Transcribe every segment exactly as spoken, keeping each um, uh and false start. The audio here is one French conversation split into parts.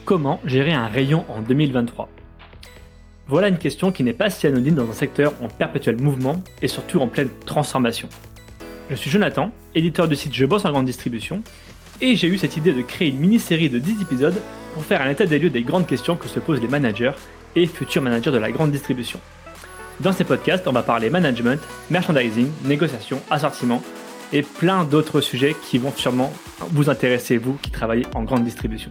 Comment gérer un rayon en deux mille vingt-trois? Voilà une question qui n'est pas si anodine dans un secteur en perpétuel mouvement et surtout en pleine transformation. Je suis Jonathan, éditeur du site Je bosse en grande distribution, et j'ai eu cette idée de créer une mini-série de dix épisodes pour faire un état des lieux des grandes questions que se posent les managers et futurs managers de la grande distribution. Dans ces podcasts, on va parler management, merchandising, négociation, assortiment et plein d'autres sujets qui vont sûrement vous intéresser, vous qui travaillez en grande distribution.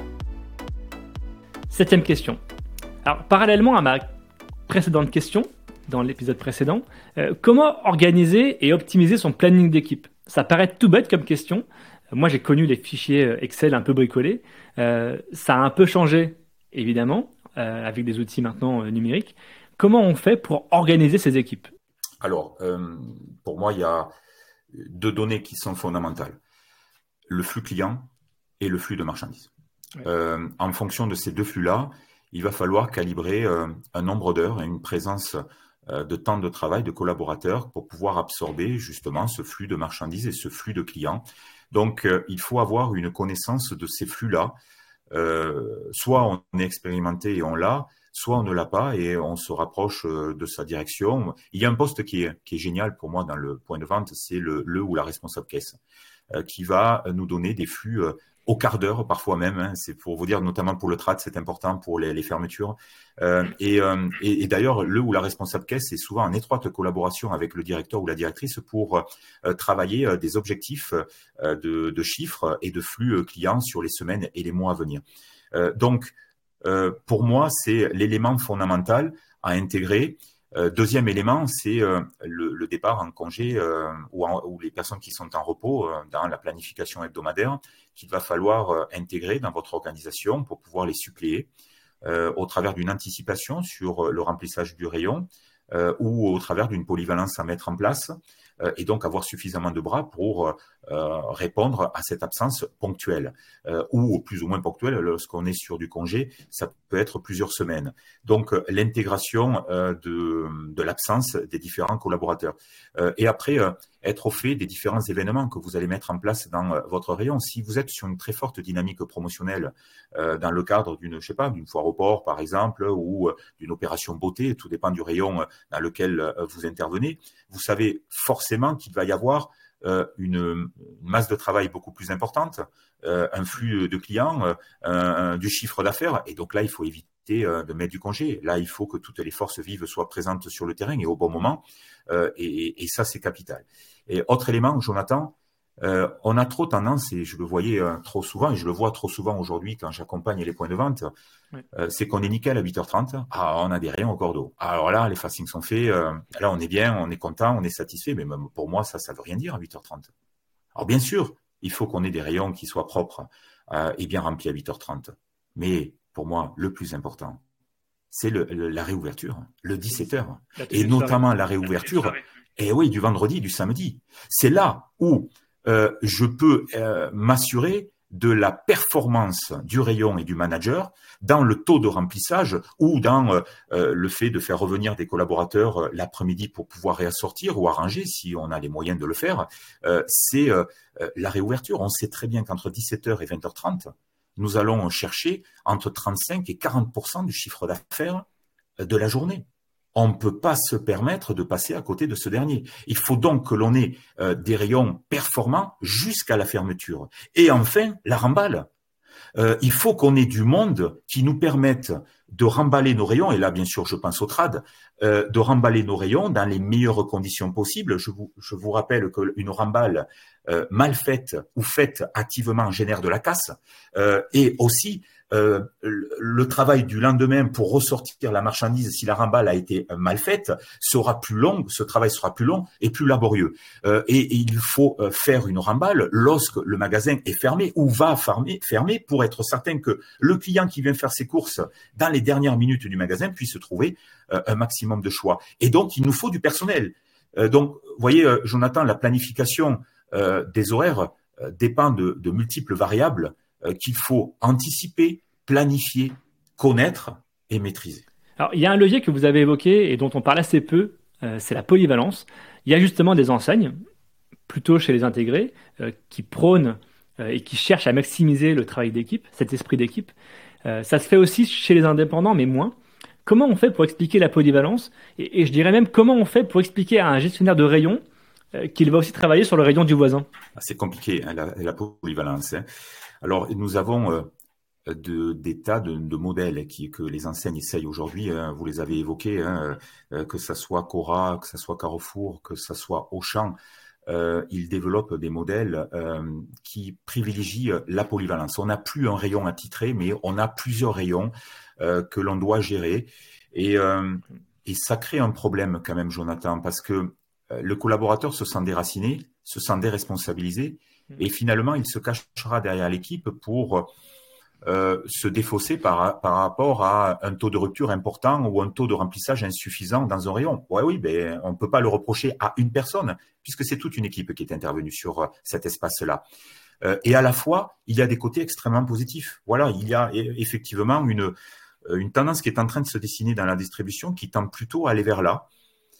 Septième question. Alors, parallèlement à ma précédente question, dans l'épisode précédent, euh, comment organiser et optimiser son planning d'équipe? Ça paraît tout bête comme question. Moi, j'ai connu les fichiers Excel un peu bricolés. Euh, ça a un peu changé, évidemment, euh, avec des outils maintenant euh, numériques. Comment on fait pour organiser ces équipes? Alors, euh, pour moi, il y a deux données qui sont fondamentales. Le flux client et le flux de marchandises. Ouais. Euh, en fonction de ces deux flux-là, il va falloir calibrer euh, un nombre d'heures et une présence euh, de temps de travail de collaborateurs pour pouvoir absorber justement ce flux de marchandises et ce flux de clients. Donc, euh, il faut avoir une connaissance de ces flux-là. Euh, soit on est expérimenté et on l'a, soit on ne l'a pas et on se rapproche de sa direction. Il y a un poste qui est, qui est génial pour moi dans le point de vente, c'est le, le ou la responsable caisse, euh, qui va nous donner des flux euh, au quart d'heure, parfois même. Hein, c'est pour vous dire, notamment pour le trad, c'est important pour les, les fermetures. Euh, et, euh, et, et d'ailleurs, le ou la responsable caisse est souvent en étroite collaboration avec le directeur ou la directrice pour euh, travailler euh, des objectifs euh, de, de chiffres et de flux euh, clients sur les semaines et les mois à venir. Euh, donc, euh, pour moi, c'est l'élément fondamental à intégrer. Euh, deuxième élément, c'est euh, le, le départ en congé euh, ou, en, ou les personnes qui sont en repos euh, dans la planification hebdomadaire qu'il va falloir euh, intégrer dans votre organisation pour pouvoir les suppléer euh, au travers d'une anticipation sur le remplissage du rayon euh, ou au travers d'une polyvalence à mettre en place euh, et donc avoir suffisamment de bras pour euh, répondre à cette absence ponctuelle euh, ou plus ou moins ponctuelle lorsqu'on est sur du congé, ça peut être plusieurs semaines. Donc l'intégration euh, de, de l'absence des différents collaborateurs euh, et après euh, être au fait des différents événements que vous allez mettre en place dans euh, votre rayon. Si vous êtes sur une très forte dynamique promotionnelle euh, dans le cadre d'une, je sais pas, d'une foire au port par exemple ou euh, d'une opération beauté, tout dépend du rayon euh, dans lequel euh, vous intervenez, vous savez forcément qu'il va y avoir Euh, une, une masse de travail beaucoup plus importante, euh, un flux de clients, euh, un, du chiffre d'affaires. Et donc là, il faut éviter euh, de mettre du congé. Là, il faut que toutes les forces vives soient présentes sur le terrain et au bon moment. Euh, et, et ça, c'est capital. Et autre élément, Jonathan, euh, on a trop tendance, et je le voyais euh, trop souvent, et je le vois trop souvent aujourd'hui quand j'accompagne les points de vente, oui. euh, c'est qu'on est nickel à huit heures trente. Ah, on a des rayons au cordeau. Alors là, les facings sont faits. Euh, là, on est bien, on est content, on est satisfait. Mais même pour moi, ça, ça veut rien dire à huit heures trente. Alors bien sûr, il faut qu'on ait des rayons qui soient propres euh, et bien remplis à huit heures trente. Mais pour moi, le plus important, c'est le, le, la réouverture, le dix-sept heures. Et notamment la réouverture, et oui, du vendredi, du samedi. C'est là où Euh, je peux euh, m'assurer de la performance du rayon et du manager dans le taux de remplissage ou dans euh, euh, le fait de faire revenir des collaborateurs euh, l'après-midi pour pouvoir réassortir ou arranger si on a les moyens de le faire. Euh, c'est euh, la réouverture. On sait très bien qu'entre dix-sept heures et vingt heures trente, nous allons chercher entre trente-cinq et quarante pour cent du chiffre d'affaires de la journée. On ne peut pas se permettre de passer à côté de ce dernier. Il faut donc que l'on ait euh, des rayons performants jusqu'à la fermeture. Et enfin, la remballe. Euh, il faut qu'on ait du monde qui nous permette de remballer nos rayons, et là, bien sûr, je pense au trad, euh, de remballer nos rayons dans les meilleures conditions possibles. Je vous, je vous rappelle qu'une remballe euh, mal faite ou faite activement génère de la casse. Euh, et aussi, euh, le, le travail du lendemain pour ressortir la marchandise, si la remballe a été mal faite, sera plus long, ce travail sera plus long et plus laborieux. Euh, et, et il faut euh, faire une remballe lorsque le magasin est fermé ou va fermer, fermer pour être certain que le client qui vient faire ses courses dans les dernières minutes du magasin puisse trouver euh, un maximum de choix. Et donc, il nous faut du personnel. Euh, donc, vous voyez, euh, Jonathan, la planification euh, des horaires euh, dépend de, de multiples variables euh, qu'il faut anticiper, planifier, connaître et maîtriser. Alors, il y a un levier que vous avez évoqué et dont on parle assez peu, euh, c'est la polyvalence. Il y a justement des enseignes, plutôt chez les intégrés, euh, qui prônent euh, et qui cherchent à maximiser le travail d'équipe, cet esprit d'équipe. Euh, ça se fait aussi chez les indépendants, mais moins. Comment on fait pour expliquer la polyvalence et, et je dirais même comment on fait pour expliquer à un gestionnaire de rayon euh, qu'il va aussi travailler sur le rayon du voisin? C'est compliqué, hein, la, la polyvalence. Hein. Alors, nous avons euh, de, des tas de, de modèles qui, que les enseignes essayent aujourd'hui. Hein, vous les avez évoqués, hein, euh, que ça soit Cora, que ça soit Carrefour, que ça soit Auchan. Euh, ils développent des modèles euh, qui privilégient la polyvalence. On n'a plus un rayon attitré, mais on a plusieurs rayons euh, que l'on doit gérer. Et, euh, et ça crée un problème quand même, Jonathan, parce que euh, le collaborateur se sent déraciné, se sent déresponsabilisé, et finalement, il se cachera derrière l'équipe pour euh, se défausser par, par rapport à un taux de rupture important ou un taux de remplissage insuffisant dans un rayon. Ouais, oui, ben, on ne peut pas le reprocher à une personne, puisque c'est toute une équipe qui est intervenue sur euh, cet espace-là. Euh, et à la fois, il y a des côtés extrêmement positifs. Voilà, il y a effectivement une, une tendance qui est en train de se dessiner dans la distribution qui tend plutôt à aller vers là.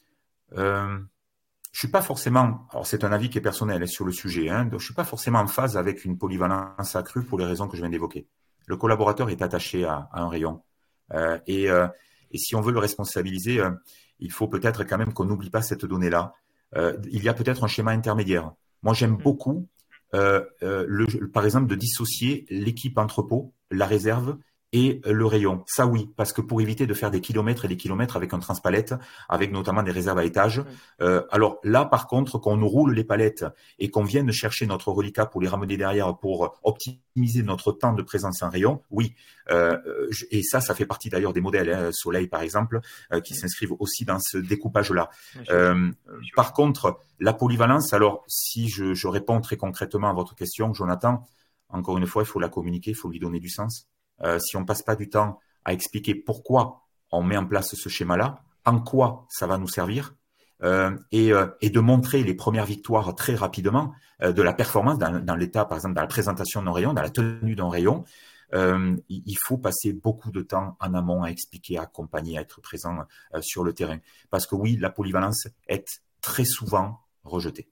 Euh, je suis pas forcément, alors c'est un avis qui est personnel sur le sujet, hein, donc je suis pas forcément en phase avec une polyvalence accrue pour les raisons que je viens d'évoquer. Le collaborateur est attaché à, à un rayon. Euh, et, euh, et si on veut le responsabiliser, euh, il faut peut-être quand même qu'on n'oublie pas cette donnée-là. Euh, il y a peut-être un schéma intermédiaire. Moi, j'aime beaucoup, euh, euh, le, par exemple, de dissocier l'équipe entrepôt, la réserve et le rayon. Ça, oui, parce que pour éviter de faire des kilomètres et des kilomètres avec un transpalette, avec notamment des réserves à étage. Euh, alors là, par contre, qu'on nous roule les palettes et qu'on vienne chercher notre reliquat pour les ramener derrière pour optimiser notre temps de présence en rayon, oui. Euh, et ça, ça fait partie d'ailleurs des modèles, hein, Soleil par exemple, euh, qui s'inscrivent aussi dans ce découpage-là. Euh, par contre, la polyvalence, alors si je, je réponds très concrètement à votre question, Jonathan, encore une fois, il faut la communiquer, il faut lui donner du sens. Euh, si on passe pas du temps à expliquer pourquoi on met en place ce schéma-là, en quoi ça va nous servir, euh, et, euh, et de montrer les premières victoires très rapidement euh, de la performance dans, dans l'état, par exemple, dans la présentation d'un rayon, dans la tenue d'un rayon, euh, il faut passer beaucoup de temps en amont à expliquer, à accompagner, à être présent euh, sur le terrain. Parce que oui, la polyvalence est très souvent rejetée.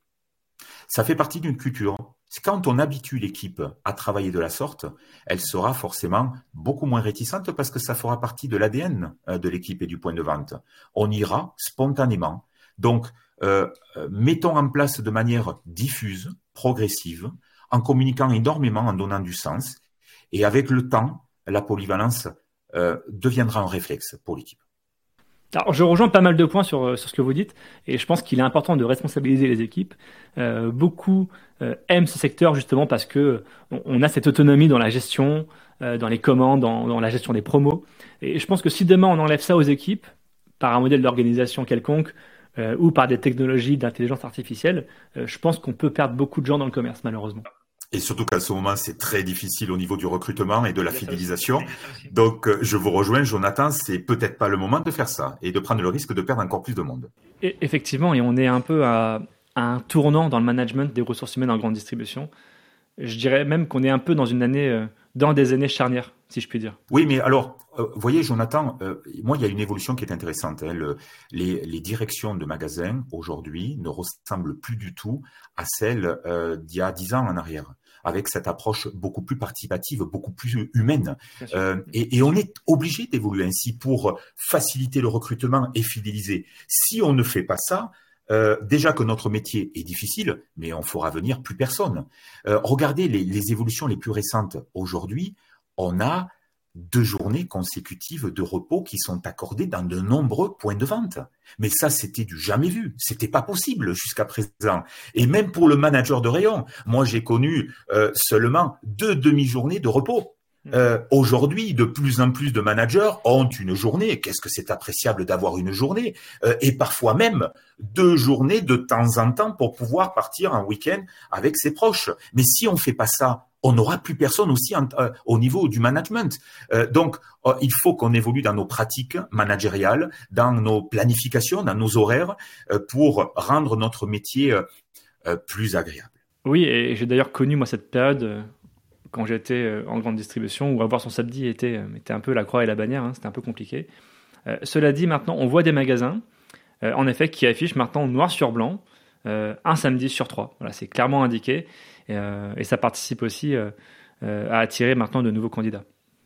Ça fait partie d'une culture. C'est quand on habitue l'équipe à travailler de la sorte, elle sera forcément beaucoup moins réticente parce que ça fera partie de l'A D N de l'équipe et du point de vente. On ira spontanément. Donc, euh, mettons en place de manière diffuse, progressive, en communiquant énormément, en donnant du sens. Et avec le temps, la polyvalence euh, deviendra un réflexe pour l'équipe. Alors, je rejoins pas mal de points sur, sur ce que vous dites, et je pense qu'il est important de responsabiliser les équipes. Euh, beaucoup euh, aiment ce secteur justement parce que on, on a cette autonomie dans la gestion, euh, dans les commandes, dans, dans la gestion des promos. Et je pense que si demain on enlève ça aux équipes, par un modèle d'organisation quelconque, euh, ou par des technologies d'intelligence artificielle, euh, je pense qu'on peut perdre beaucoup de gens dans le commerce, malheureusement. Et surtout qu'à ce moment, c'est très difficile au niveau du recrutement et de la fidélisation. Donc, je vous rejoins, Jonathan, c'est peut-être pas le moment de faire ça et de prendre le risque de perdre encore plus de monde. Et effectivement, et on est un peu à, à un tournant dans le management des ressources humaines en grande distribution. Je dirais même qu'on est un peu dans une année, euh, dans des années charnières, si je puis dire. Oui, mais alors, euh, voyez, Jonathan, euh, moi, il y a une évolution qui est intéressante. Hein. Le, les, les directions de magasins, aujourd'hui, ne ressemblent plus du tout à celles euh, d'il y a dix ans en arrière, avec cette approche beaucoup plus participative, beaucoup plus humaine. Euh, et, et on est obligé d'évoluer ainsi pour faciliter le recrutement et fidéliser. Si on ne fait pas ça, Euh, déjà que notre métier est difficile, mais on fera venir plus personne. Euh, regardez les, les évolutions les plus récentes. Aujourd'hui, on a deux journées consécutives de repos qui sont accordées dans de nombreux points de vente. Mais ça, c'était du jamais vu. C'était pas possible jusqu'à présent. Et même pour le manager de rayon, moi, j'ai connu euh, seulement deux demi-journées de repos. Euh, aujourd'hui, de plus en plus de managers ont une journée. Qu'est-ce que c'est appréciable d'avoir une journée euh, et parfois même deux journées de temps en temps pour pouvoir partir un week-end avec ses proches. Mais si on fait pas ça, on n'aura plus personne aussi en, euh, au niveau du management. Euh, donc, euh, il faut qu'on évolue dans nos pratiques managériales, dans nos planifications, dans nos horaires, euh, pour rendre notre métier euh, euh, plus agréable. Oui, et j'ai d'ailleurs connu moi cette période. Euh... quand j'étais en grande distribution, où avoir son samedi était, était un peu la croix et la bannière, hein, c'était un peu compliqué. Euh, cela dit, maintenant, on voit des magasins, euh, en effet, qui affichent maintenant noir sur blanc, euh, un samedi sur trois. Voilà, c'est clairement indiqué, et, euh, et ça participe aussi euh, euh, à attirer maintenant de nouveaux candidats.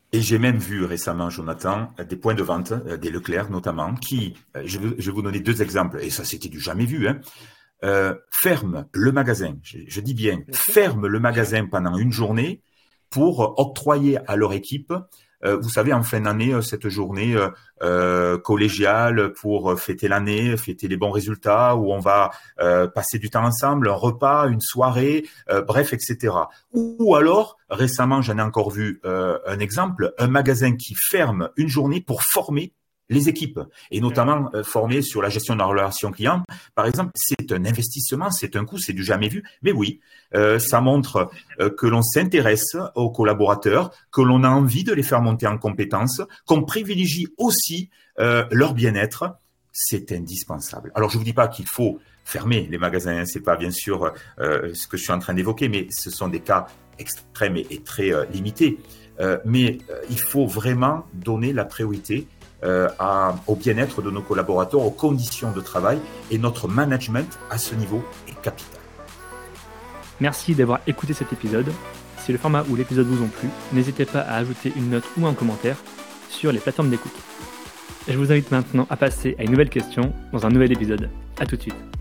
Et j'ai même vu récemment, Jonathan, des points de vente, des Leclerc notamment, qui, je vais, je vais vous donner deux exemples, et ça c'était du jamais vu, hein, euh, ferment le magasin, je, je dis bien, ferment le magasin pendant une journée pour octroyer à leur équipe, euh, vous savez, en fin d'année, cette journée euh, euh, collégiale pour fêter l'année, fêter les bons résultats, où on va euh, passer du temps ensemble, un repas, une soirée, euh, bref, et cetera. Ou, ou alors, récemment, j'en ai encore vu euh, un exemple, un magasin qui ferme une journée pour former les équipes, et notamment euh, former sur la gestion de la relation client. Par exemple, c'est un investissement, c'est un coût, c'est du jamais vu. Mais oui, euh, ça montre euh, que l'on s'intéresse aux collaborateurs, que l'on a envie de les faire monter en compétences, qu'on privilégie aussi euh, leur bien-être. C'est indispensable. Alors, je vous dis pas qu'il faut fermer les magasins, c'est pas bien sûr euh, ce que je suis en train d'évoquer, mais ce sont des cas extrêmes et, et très euh, limités. Euh, mais euh, il faut vraiment donner la priorité Euh, à, au bien-être de nos collaborateurs, aux conditions de travail, et notre management à ce niveau est capital. Merci d'avoir écouté cet épisode. Si le format ou l'épisode vous ont plu, n'hésitez pas à ajouter une note ou un commentaire sur les plateformes d'écoute. Je vous invite maintenant à passer à une nouvelle question dans un nouvel épisode. À tout de suite.